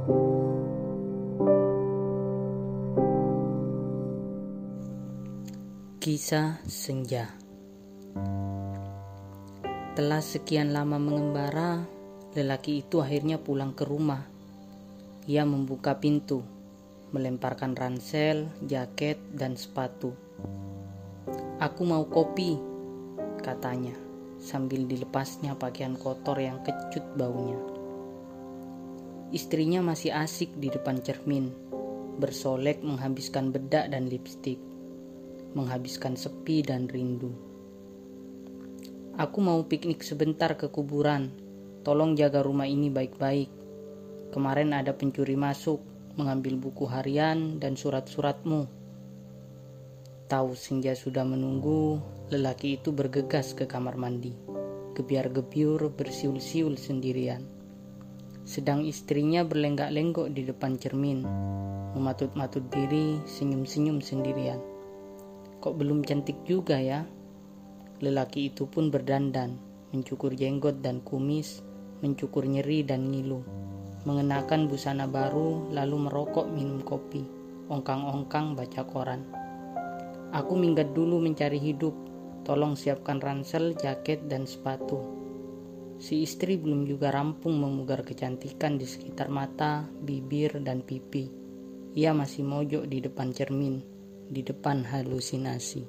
Kisah Senja. Telah sekian lama mengembara, lelaki itu akhirnya pulang ke rumah. Ia membuka pintu, melemparkan ransel, jaket, dan sepatu. "Aku mau kopi," katanya, sambil dilepasnya pakaian kotor yang kecut baunya. Istrinya masih asik di depan cermin, bersolek menghabiskan bedak dan lipstik, menghabiskan sepi dan rindu. "Aku mau piknik sebentar ke kuburan. Tolong jaga rumah ini baik-baik. Kemarin ada pencuri masuk, mengambil buku harian dan surat-suratmu." Tahu Senja sudah menunggu, lelaki itu bergegas ke kamar mandi, gebiar-gebiur bersiul-siul sendirian. Sedang istrinya berlenggak-lenggok di depan cermin, mematut-matut diri, senyum-senyum sendirian. "Kok belum cantik juga ya?" Lelaki itu pun berdandan, mencukur jenggot dan kumis, mencukur nyeri dan ngilu, mengenakan busana baru, lalu merokok minum kopi, ongkang-ongkang baca koran. "Aku minggat dulu mencari hidup. Tolong siapkan ransel, jaket, dan sepatu." Si istri belum juga rampung memugar kecantikan di sekitar mata, bibir, dan pipi. Ia masih mojok di depan cermin, di depan halusinasi.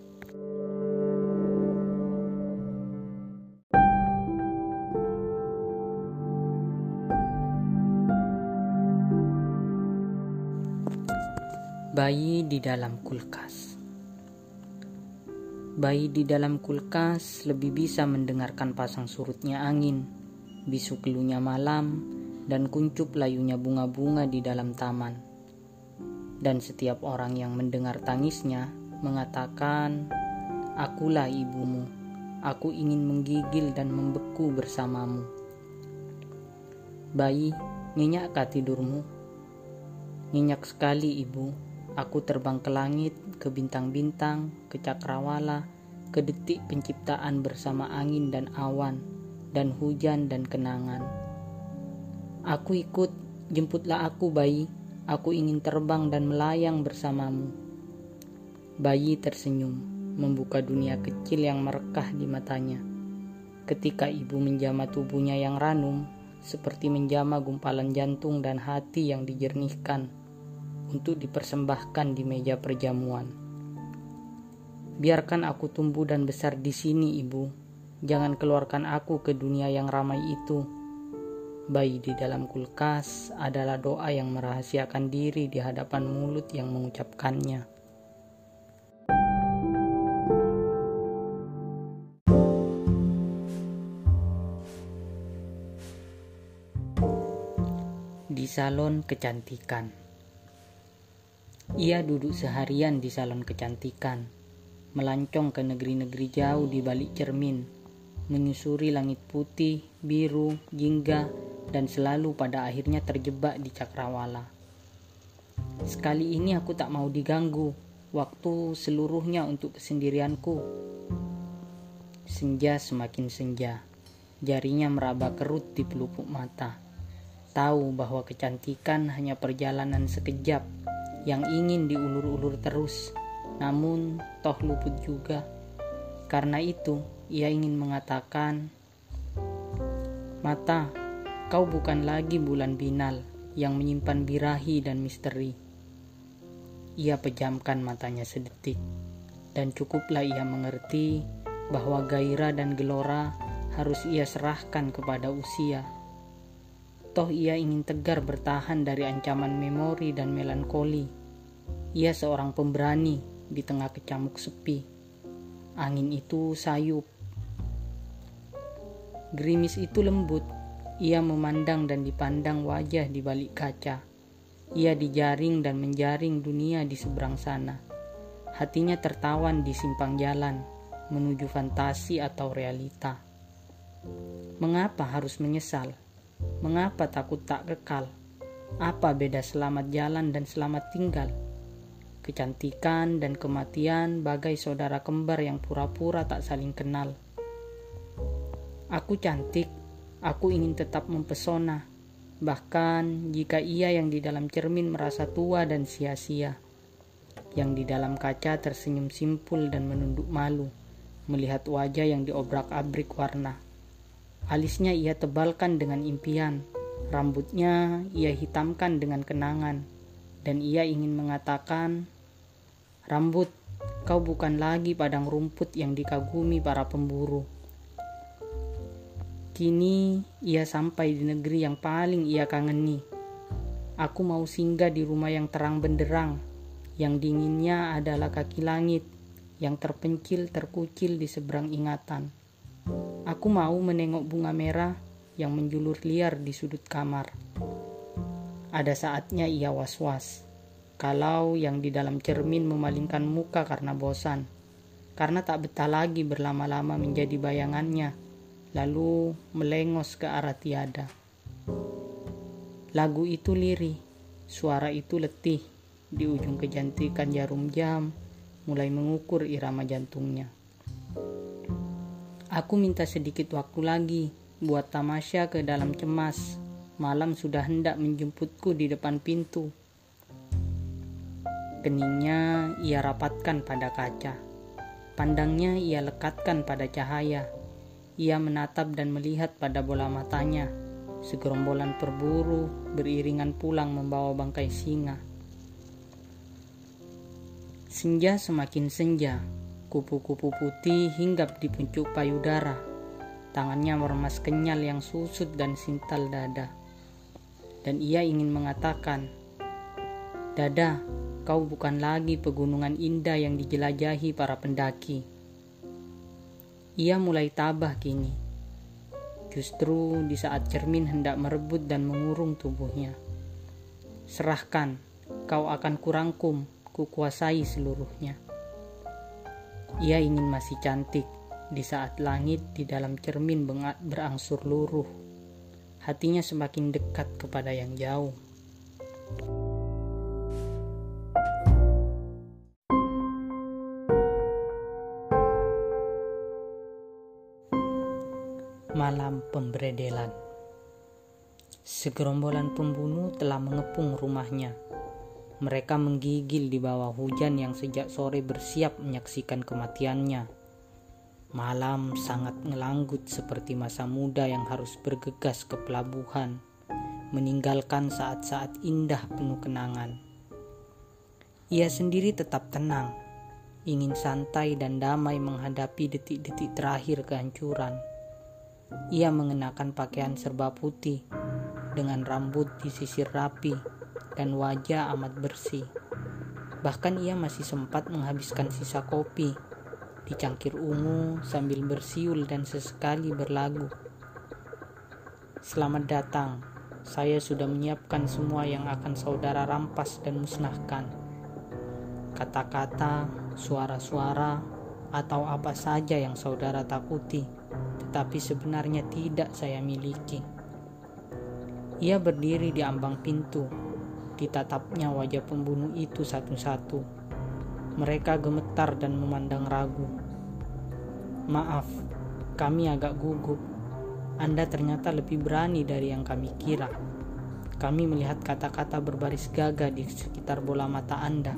Bayi di dalam kulkas. Bayi di dalam kulkas lebih bisa mendengarkan pasang surutnya angin, bisu keluhnya malam, dan kuncup layunya bunga-bunga di dalam taman. Dan setiap orang yang mendengar tangisnya mengatakan, "Akulah ibumu, aku ingin menggigil dan membeku bersamamu." "Bayi, nyenyakkah tidurmu?" "Nyenyak sekali, ibu. Aku terbang ke langit, ke bintang-bintang, ke cakrawala, ke detik penciptaan bersama angin dan awan, dan hujan dan kenangan. Aku ikut, jemputlah aku, bayi. Aku ingin terbang dan melayang bersamamu." Bayi tersenyum, membuka dunia kecil yang merekah di matanya. Ketika ibu menjamah tubuhnya yang ranum, seperti menjamah gumpalan jantung dan hati yang dijernihkan, untuk dipersembahkan di meja perjamuan. "Biarkan aku tumbuh dan besar di sini, ibu. Jangan keluarkan aku ke dunia yang ramai itu." Bayi di dalam kulkas adalah doa yang merahasiakan diri di hadapan mulut yang mengucapkannya. Di salon kecantikan. Ia duduk seharian di salon kecantikan, melancong ke negeri-negeri jauh di balik cermin, menyusuri langit putih, biru, jingga, dan selalu pada akhirnya terjebak di cakrawala. "Sekali ini aku tak mau diganggu, waktu seluruhnya untuk kesendirianku." Senja semakin senja, jarinya meraba kerut di pelupuk mata. Tahu bahwa kecantikan hanya perjalanan sekejap yang ingin diulur-ulur terus, namun toh luput juga. Karena itu, ia ingin mengatakan, "Mata, kau bukan lagi bulan binal yang menyimpan birahi dan misteri." Ia pejamkan matanya sedetik, dan cukuplah ia mengerti bahwa gairah dan gelora harus ia serahkan kepada usia. Toh ia ingin tegar bertahan dari ancaman memori dan melankoli. Ia seorang pemberani di tengah kecamuk sepi. Angin itu sayup. Gerimis itu lembut. Ia memandang dan dipandang wajah di balik kaca. Ia dijaring dan menjaring dunia di seberang sana. Hatinya tertawan di simpang jalan, menuju fantasi atau realita. Mengapa harus menyesal? Mengapa takut tak kekal? Apa beda selamat jalan dan selamat tinggal? Kecantikan dan kematian bagai saudara kembar yang pura-pura tak saling kenal. Aku cantik, aku ingin tetap mempesona. Bahkan jika ia yang di dalam cermin merasa tua dan sia-sia, yang di dalam kaca tersenyum simpul dan menunduk malu melihat wajah yang diobrak-abrik warna. Alisnya ia tebalkan dengan impian, rambutnya ia hitamkan dengan kenangan, dan ia ingin mengatakan, "Rambut, kau bukan lagi padang rumput yang dikagumi para pemburu." Kini ia sampai di negeri yang paling ia kangeni. Aku mau singgah di rumah yang terang benderang, yang dinginnya adalah kaki langit, yang terpencil terkucil di seberang ingatan. Aku mau menengok bunga merah yang menjulur liar di sudut kamar. Ada saatnya ia was-was, kalau yang di dalam cermin memalingkan muka karena bosan, karena tak betah lagi berlama-lama menjadi bayangannya, lalu melengos ke arah tiada. Lagu itu lirih, suara itu letih, di ujung kecantikan jarum jam mulai mengukur irama jantungnya. Aku minta sedikit waktu lagi buat tamasya ke dalam cemas. Malam sudah hendak menjemputku di depan pintu. Keningnya ia rapatkan pada kaca. Pandangnya ia lekatkan pada cahaya. Ia menatap dan melihat pada bola matanya. Segerombolan perburu beriringan pulang membawa bangkai singa. Senja semakin senja. Kupu-kupu putih hinggap di puncuk payudara. Tangannya meremas kenyal yang susut dan sintal dada. Dan ia ingin mengatakan, "Dada, kau bukan lagi pegunungan indah yang dijelajahi para pendaki." Ia mulai tabah kini. Justru di saat cermin hendak merebut dan mengurung tubuhnya. "Serahkan, kau akan kurangkum, kukuasai seluruhnya." Ia ingin masih cantik di saat langit di dalam cermin berangsur luruh. Hatinya semakin dekat kepada yang jauh. Malam pemberedelan. Segerombolan pembunuh telah mengepung rumahnya. Mereka menggigil di bawah hujan yang sejak sore bersiap menyaksikan kematiannya. Malam sangat ngelanggut seperti masa muda yang harus bergegas ke pelabuhan, meninggalkan saat-saat indah penuh kenangan. Ia sendiri tetap tenang, ingin santai dan damai menghadapi detik-detik terakhir kehancuran. Ia mengenakan pakaian serba putih, dengan rambut disisir rapi dan wajah amat bersih. Bahkan ia masih sempat menghabiskan sisa kopi di cangkir ungu sambil bersiul dan sesekali berlagu. "Selamat datang, saya sudah menyiapkan semua yang akan saudara rampas dan musnahkan. Kata-kata, suara-suara, atau apa saja yang saudara takuti, tetapi sebenarnya tidak saya miliki." Ia berdiri di ambang pintu, ditatapnya wajah pembunuh itu satu-satu. Mereka gemetar dan memandang ragu. "Maaf, kami agak gugup. Anda ternyata lebih berani dari yang kami kira. Kami melihat kata-kata berbaris gagah di sekitar bola mata Anda."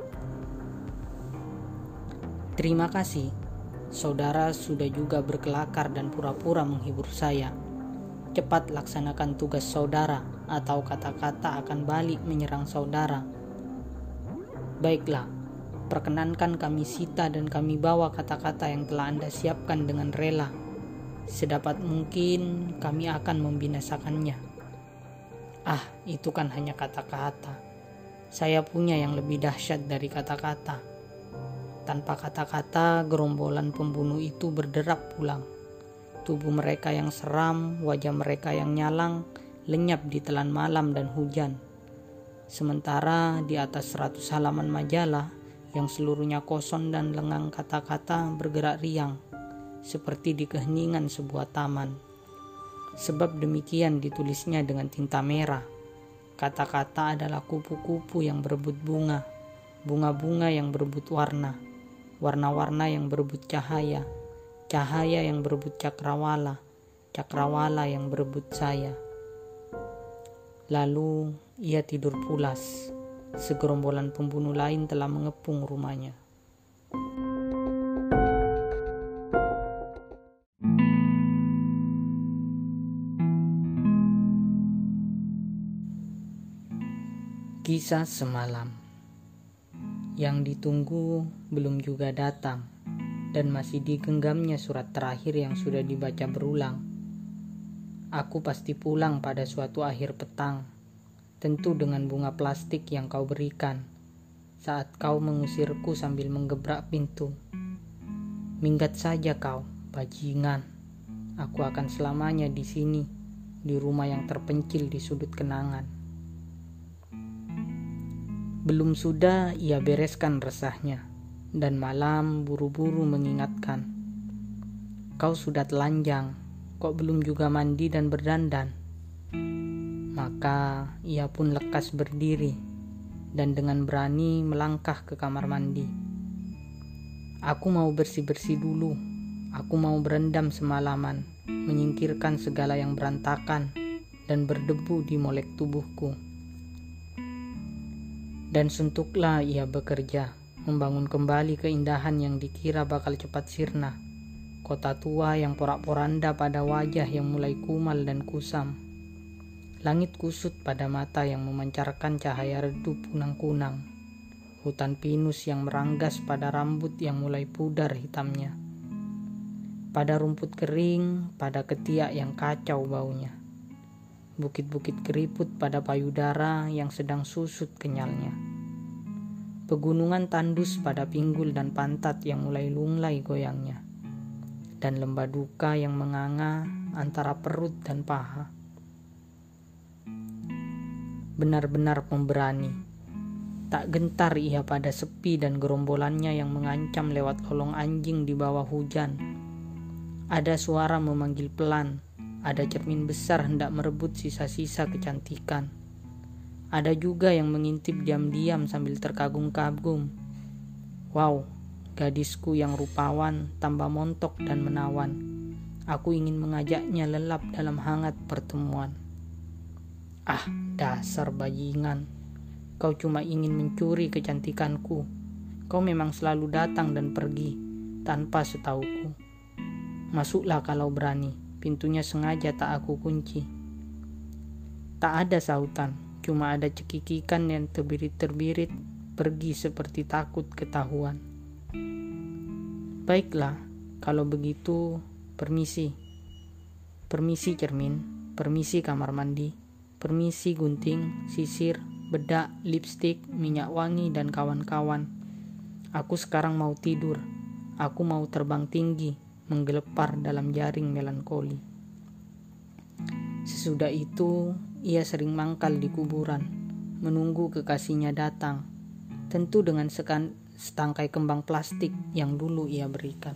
"Terima kasih. Saudara sudah juga berkelakar dan pura-pura menghibur saya. Cepat laksanakan tugas saudara, atau kata-kata akan balik menyerang saudara." "Baiklah, perkenankan kami sita dan kami bawa kata-kata yang telah Anda siapkan dengan rela. Sedapat mungkin kami akan membinasakannya." "Ah, itu kan hanya kata-kata. Saya punya yang lebih dahsyat dari kata-kata." Tanpa kata-kata, gerombolan pembunuh itu berderap pulang. Tubuh mereka yang seram, wajah mereka yang nyalang, lenyap di telan malam dan hujan. Sementara di atas 100 halaman majalah yang seluruhnya kosong dan lengang kata-kata bergerak riang, seperti di keheningan sebuah taman. Sebab demikian ditulisnya dengan tinta merah. Kata-kata adalah kupu-kupu yang berebut bunga, bunga-bunga yang berebut warna, warna-warna yang berebut cahaya, cahaya yang berebut cakrawala, cakrawala yang berebut saya. Lalu ia tidur pulas. Segerombolan pembunuh lain telah mengepung rumahnya. Kisah semalam. Yang ditunggu belum juga datang, dan masih digenggamnya surat terakhir yang sudah dibaca berulang. Aku pasti pulang pada suatu akhir petang, tentu dengan bunga plastik yang kau berikan saat kau mengusirku sambil menggebrak pintu. Minggat saja kau, bajingan. Aku akan selamanya di sini, di rumah yang terpencil di sudut kenangan. Belum sudah ia bereskan resahnya, dan malam buru-buru mengingatkan. Kau sudah telanjang, kok belum juga mandi dan berdandan? Maka ia pun lekas berdiri, dan dengan berani melangkah ke kamar mandi. Aku mau bersih-bersih dulu, aku mau berendam semalaman, menyingkirkan segala yang berantakan dan berdebu di molek tubuhku. Dan suntuklah ia bekerja, membangun kembali keindahan yang dikira bakal cepat sirna. Kota tua yang porak-poranda pada wajah yang mulai kumal dan kusam. Langit kusut pada mata yang memancarkan cahaya redup kunang-kunang. Hutan pinus yang meranggas pada rambut yang mulai pudar hitamnya. Pada rumput kering, pada ketiak yang kacau baunya. Bukit-bukit keriput pada payudara yang sedang susut kenyalnya. Pegunungan tandus pada pinggul dan pantat yang mulai lunglai goyangnya. Dan lembah duka yang menganga antara perut dan paha. Benar-benar pemberani. Tak gentar ia pada sepi dan gerombolannya yang mengancam lewat lolong anjing di bawah hujan. Ada suara memanggil pelan. Ada cermin besar hendak merebut sisa-sisa kecantikan. Ada juga yang mengintip diam-diam sambil terkagum-kagum. Wow, gadisku yang rupawan, tambah montok dan menawan. Aku ingin mengajaknya lelap dalam hangat pertemuan. Ah, dasar bajingan. Kau cuma ingin mencuri kecantikanku. Kau memang selalu datang dan pergi tanpa setauku. Masuklah kalau berani. Pintunya sengaja tak aku kunci. Tak ada sautan, cuma ada cekikikan yang terbirit-terbirit pergi seperti takut ketahuan. Baiklah, kalau begitu permisi. Permisi cermin, permisi kamar mandi, permisi gunting, sisir, bedak, lipstik, minyak wangi dan kawan-kawan. Aku sekarang mau tidur. Aku mau terbang tinggi, menggelepar dalam jaring melankoli. Sesudah itu, ia sering mangkal di kuburan, menunggu kekasihnya datang, tentu dengan setangkai kembang plastik yang dulu ia berikan.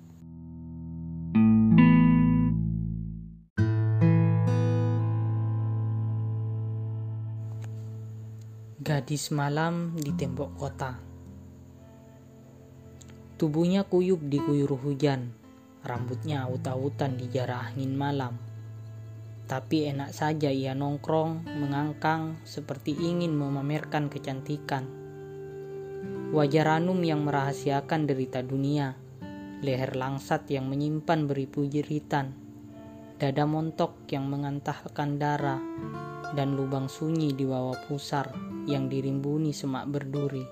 Gadis malam di tembok kota. Tubuhnya kuyup diguyur hujan. Rambutnya aut-autan di jara angin malam. Tapi enak saja ia nongkrong, mengangkang, seperti ingin memamerkan kecantikan. Wajah ranum yang merahasiakan derita dunia. Leher langsat yang menyimpan beribu jeritan. Dada montok yang mengantahkan darah. Dan lubang sunyi di bawah pusar yang dirimbuni semak berduri.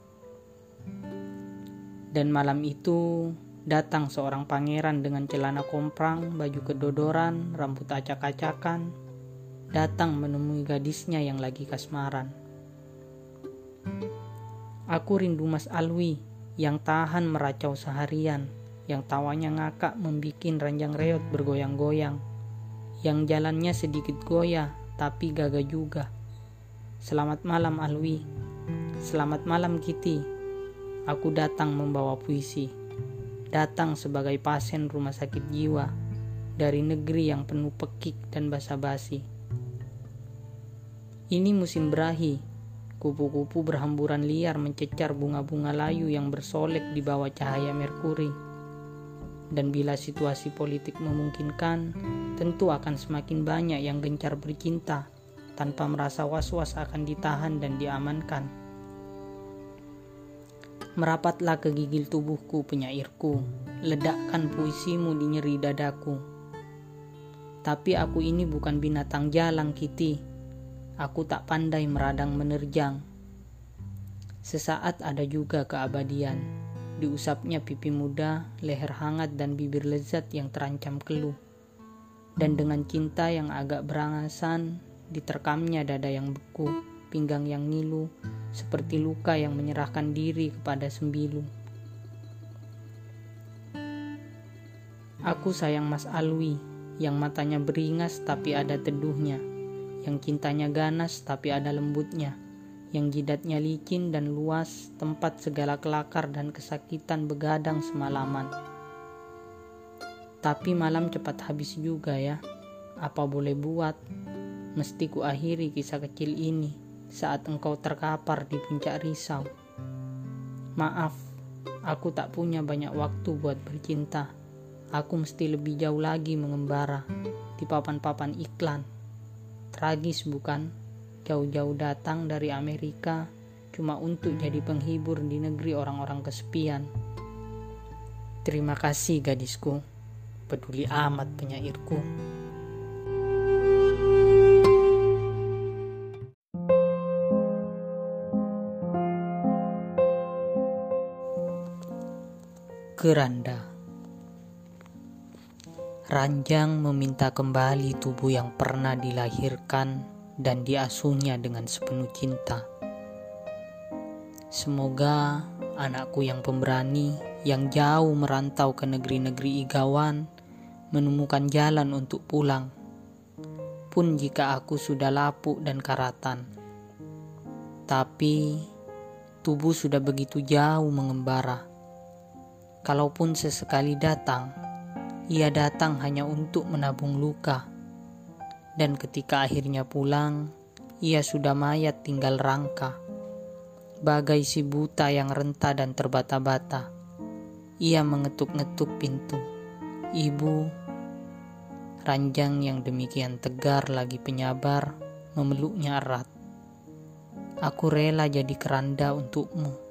Dan malam itu datang seorang pangeran dengan celana komprang, baju kedodoran, rambut acak-acakan, datang menemui gadisnya yang lagi kasmaran. Aku rindu Mas Alwi yang tahan meracau seharian, yang tawanya ngakak membikin ranjang reot bergoyang-goyang, yang jalannya sedikit goyah tapi gagah juga. Selamat malam Alwi, selamat malam Kitty. Aku datang membawa puisi. Datang sebagai pasien rumah sakit jiwa dari negeri yang penuh pekik dan basa-basi. Ini musim berahi, kupu-kupu berhamburan liar mencecar bunga-bunga layu yang bersolek di bawah cahaya merkuri. Dan bila situasi politik memungkinkan, tentu akan semakin banyak yang gencar bercinta, tanpa merasa was-was akan ditahan dan diamankan. Merapatlah ke gigil tubuhku penyairku, ledakkan puisimu di nyeri dadaku. Tapi aku ini bukan binatang jalang, Kitty. Aku tak pandai meradang menerjang. Sesaat ada juga keabadian. Diusapnya pipi muda, leher hangat dan bibir lezat yang terancam keluh. Dan dengan cinta yang agak berangasan, diterkamnya dada yang beku, pinggang yang ngilu, seperti luka yang menyerahkan diri kepada sembilu. Aku sayang Mas Alwi, yang matanya beringas tapi ada teduhnya, yang cintanya ganas tapi ada lembutnya, yang jidatnya licin dan luas, tempat segala kelakar dan kesakitan begadang semalaman. Tapi malam cepat habis juga ya, apa boleh buat, mesti ku akhiri kisah kecil ini saat engkau terkapar di puncak risau. Maaf, aku tak punya banyak waktu buat bercinta. Aku mesti lebih jauh lagi mengembara di papan-papan iklan. Tragis bukan? Jauh-jauh datang dari Amerika cuma untuk jadi penghibur di negeri orang-orang kesepian. Terima kasih gadisku, peduli amat penyairku. Keranda. Ranjang meminta kembali tubuh yang pernah dilahirkan dan diasuhnya dengan sepenuh cinta. Semoga anakku yang pemberani, yang jauh merantau ke negeri-negeri igawan, menemukan jalan untuk pulang. Pun jika aku sudah lapuk dan karatan. Tapi tubuh sudah begitu jauh mengembara. Kalaupun sesekali datang, ia datang hanya untuk menabung luka. Dan ketika akhirnya pulang, ia sudah mayat tinggal rangka. Bagai si buta yang renta dan terbata-bata, ia mengetuk-ngetuk pintu. Ibu. Ranjang yang demikian tegar lagi penyabar memeluknya erat. Aku rela jadi keranda untukmu.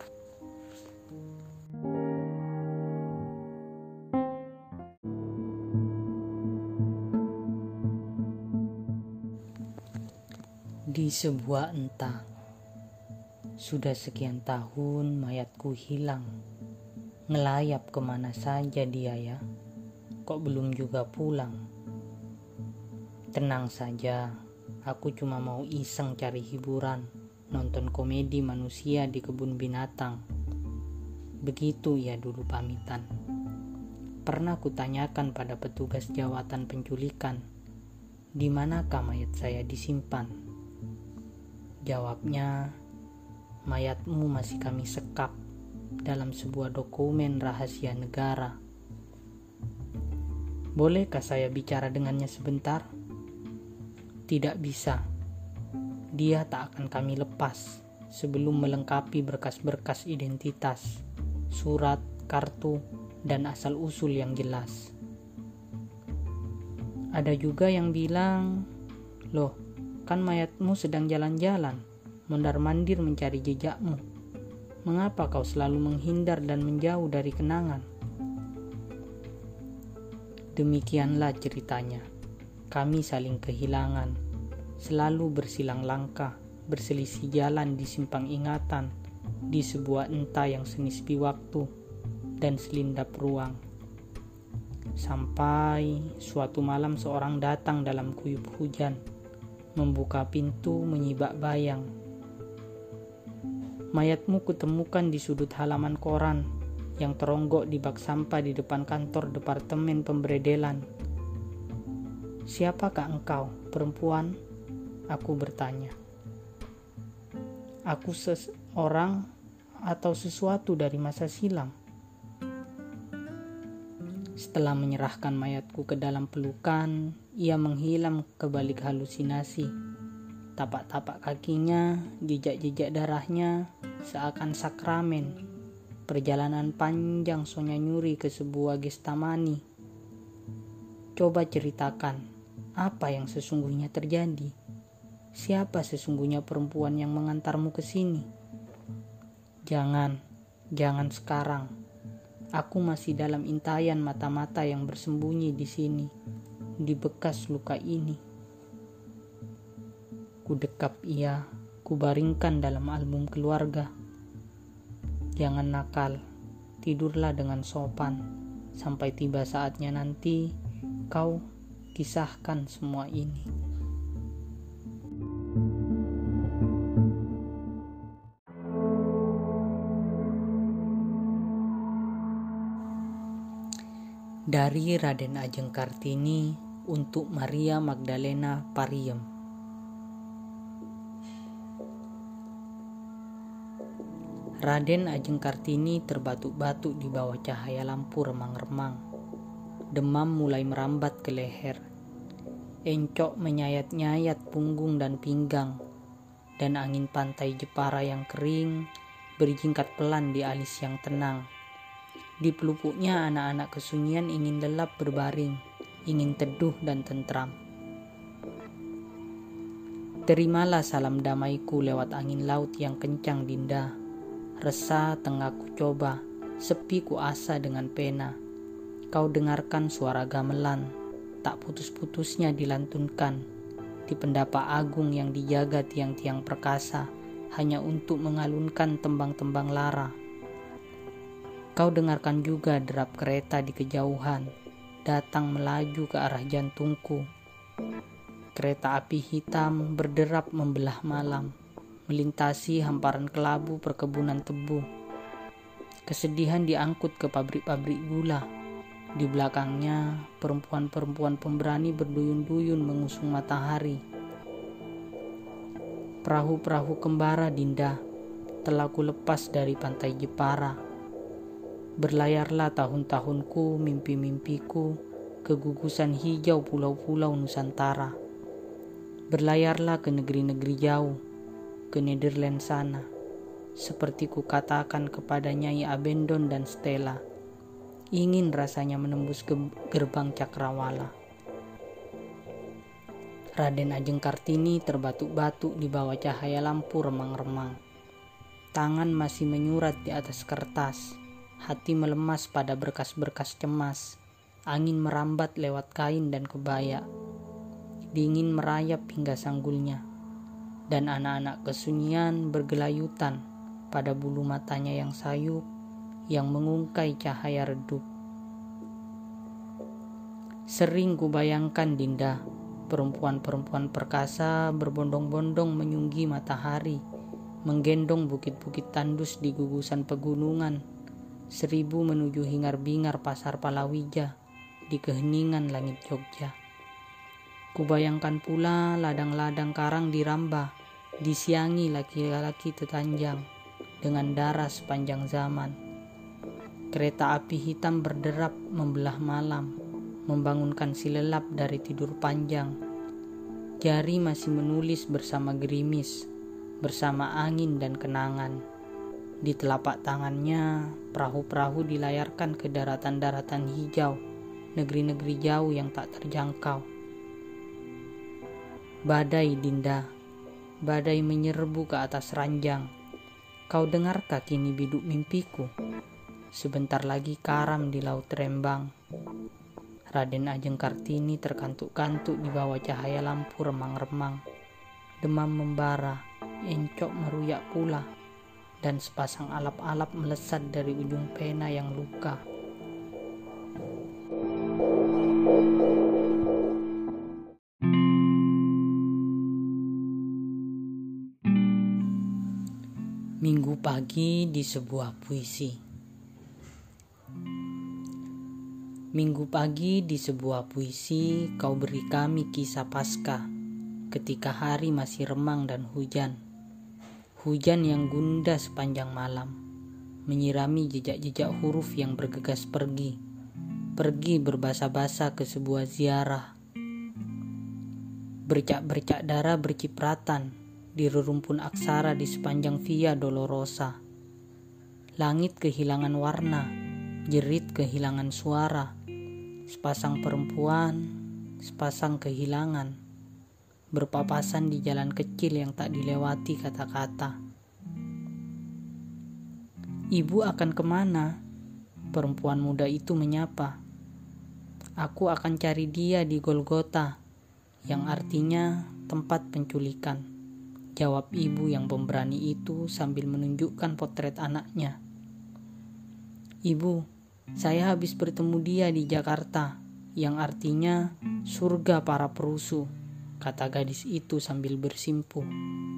Di sebuah entah, sudah sekian tahun mayatku hilang. Ngelayap kemana saja dia ya? Kok belum juga pulang? Tenang saja, aku cuma mau iseng cari hiburan, nonton komedi manusia di kebun binatang. Begitu ya dulu pamitan. Pernah kutanyakan pada petugas jawatan penculikan, di manakah mayat saya disimpan? Jawabnya, mayatmu masih kami sekap dalam sebuah dokumen rahasia negara. Bolehkah saya bicara dengannya sebentar? Tidak bisa. Dia tak akan kami lepas sebelum melengkapi berkas-berkas identitas, surat, kartu, dan asal-usul yang jelas. Ada juga yang bilang, loh, kan mayatmu sedang jalan-jalan, mondar-mandir mencari jejakmu. Mengapa kau selalu menghindar dan menjauh dari kenangan? Demikianlah ceritanya. Kami saling kehilangan, selalu bersilang langkah, berselisih jalan di simpang ingatan, di sebuah entah yang senisbi waktu dan selindap ruang. Sampai suatu malam seorang datang dalam kuyup hujan, membuka pintu menyibak bayang. Mayatmu kutemukan di sudut halaman koran yang teronggok di bak sampah di depan kantor Departemen Pemberedelan. Siapakah engkau, perempuan? Aku bertanya. Aku seseorang atau sesuatu dari masa silam? Setelah menyerahkan mayatku ke dalam pelukan, ia menghilang ke balik halusinasi. Tapak-tapak kakinya, jejak-jejak darahnya, seakan sakramen. Perjalanan panjang Sonya Nyuri ke sebuah gestamani. Coba ceritakan, apa yang sesungguhnya terjadi? siapa sesungguhnya perempuan yang mengantarmu ke sini? Jangan sekarang. Aku masih dalam intaian mata-mata yang bersembunyi di sini, di bekas luka ini. Ku dekap ia, ku baringkan dalam album keluarga. Jangan nakal, tidurlah dengan sopan, sampai tiba saatnya nanti kau kisahkan semua ini. Dari Raden Ajeng Kartini untuk Maria Magdalena Pariem. Raden Ajeng Kartini terbatuk-batuk di bawah cahaya lampu remang-remang. Demam mulai merambat ke leher. Encok menyayat-nyayat punggung dan pinggang, dan angin pantai Jepara yang kering berjingkat pelan di alis yang tenang. Di pelupuknya anak-anak kesunyian ingin lelap berbaring, ingin teduh dan tentram. Terimalah salam damaiku lewat angin laut yang kencang, Dinda. Resah tengah ku coba, sepi ku asa dengan pena. Kau dengarkan suara gamelan, tak putus-putusnya dilantunkan di pendapa agung yang dijaga tiang-tiang perkasa hanya untuk mengalunkan tembang-tembang lara. Kau dengarkan juga derap kereta di kejauhan, datang melaju ke arah jantungku. Kereta api hitam berderap membelah malam, melintasi hamparan kelabu perkebunan tebu. Kesedihan diangkut ke pabrik-pabrik gula. Di belakangnya, perempuan-perempuan pemberani berduyun-duyun mengusung matahari. Perahu-perahu kembara, Dinda, telah ku lepas dari pantai Jepara. Berlayarlah tahun-tahunku, mimpi-mimpiku, ke gugusan hijau pulau-pulau Nusantara. Berlayarlah ke negeri-negeri jauh, ke Netherlands sana, seperti ku katakan kepada Nyai Abendon dan Stella. Ingin rasanya menembus gerbang Cakrawala. Raden Ajeng Kartini terbatuk-batuk di bawah cahaya lampu remang-remang. Tangan masih menyurat di atas kertas. Hati melemas pada berkas-berkas cemas. Angin merambat lewat kain dan kebaya. Dingin merayap hingga sanggulnya. Dan anak-anak kesunyian bergelayutan pada bulu matanya yang sayup, yang mengungkai cahaya redup. Sering kubayangkan, Dinda, perempuan-perempuan perkasa berbondong-bondong menyunggi matahari, menggendong bukit-bukit tandus di gugusan pegunungan, 1000 menuju hingar-bingar pasar Palawija di keheningan langit Jogja. Kubayangkan pula ladang-ladang karang di Ramba, disiangi laki-laki tetanjang dengan darah sepanjang zaman. Kereta api hitam berderap membelah malam, membangunkan si lelap dari tidur panjang. Jari masih menulis bersama gerimis, bersama angin dan kenangan. Di telapak tangannya, perahu-perahu dilayarkan ke daratan-daratan hijau, negeri-negeri jauh yang tak terjangkau. Badai, Dinda, badai menyerbu ke atas ranjang. Kau dengarkah kini biduk mimpiku? Sebentar lagi karam di laut Rembang. Raden Ajeng Kartini terkantuk-kantuk di bawah cahaya lampu remang-remang. Demam membara, encok meruyak pula, dan sepasang alap-alap melesat dari ujung pena yang luka. Minggu pagi di sebuah puisi. Minggu pagi di sebuah puisi, kau beri kami kisah Paskah, ketika hari masih remang dan hujan. Hujan yang gundah sepanjang malam, menyirami jejak-jejak huruf yang bergegas pergi berbasa-basa ke sebuah ziarah. Bercak-bercak darah bercipratan di rerumpun aksara di sepanjang Via Dolorosa. Langit kehilangan warna, jerit kehilangan suara, sepasang perempuan, sepasang kehilangan. berpapasan di jalan kecil yang tak dilewati kata-kata. "Ibu akan kemana?" perempuan muda itu menyapa. "Aku akan cari dia di Golgota, yang artinya tempat penculikan," jawab ibu yang pemberani itu sambil menunjukkan potret anaknya. "Ibu, saya habis bertemu dia di Jakarta, yang artinya surga para perusuh," kata gadis itu sambil bersimpuh.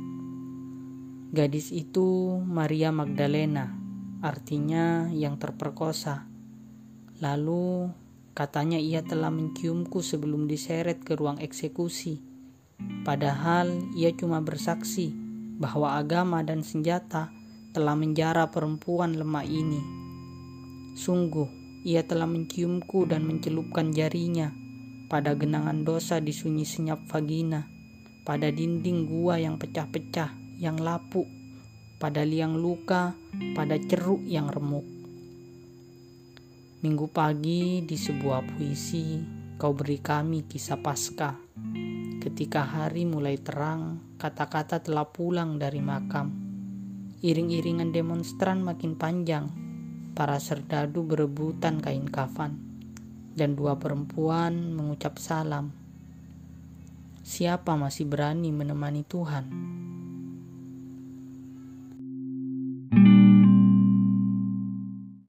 Gadis itu Maria Magdalena, artinya yang terperkosa. Lalu katanya ia telah menciumku sebelum diseret ke ruang eksekusi. Padahal ia cuma bersaksi bahwa agama dan senjata telah menjara perempuan lemah ini. Sungguh, ia telah menciumku dan mencelupkan jarinya pada genangan dosa di sunyi senyap vagina, pada dinding gua yang pecah-pecah, yang lapuk, pada liang luka, pada ceruk yang remuk. Minggu pagi di sebuah puisi, kau beri kami kisah Paskah. Ketika hari mulai terang, kata-kata telah pulang dari makam. Iring-iringan demonstran makin panjang. Para serdadu berebutan kain kafan, dan dua perempuan mengucap salam. Siapa masih berani menemani Tuhan?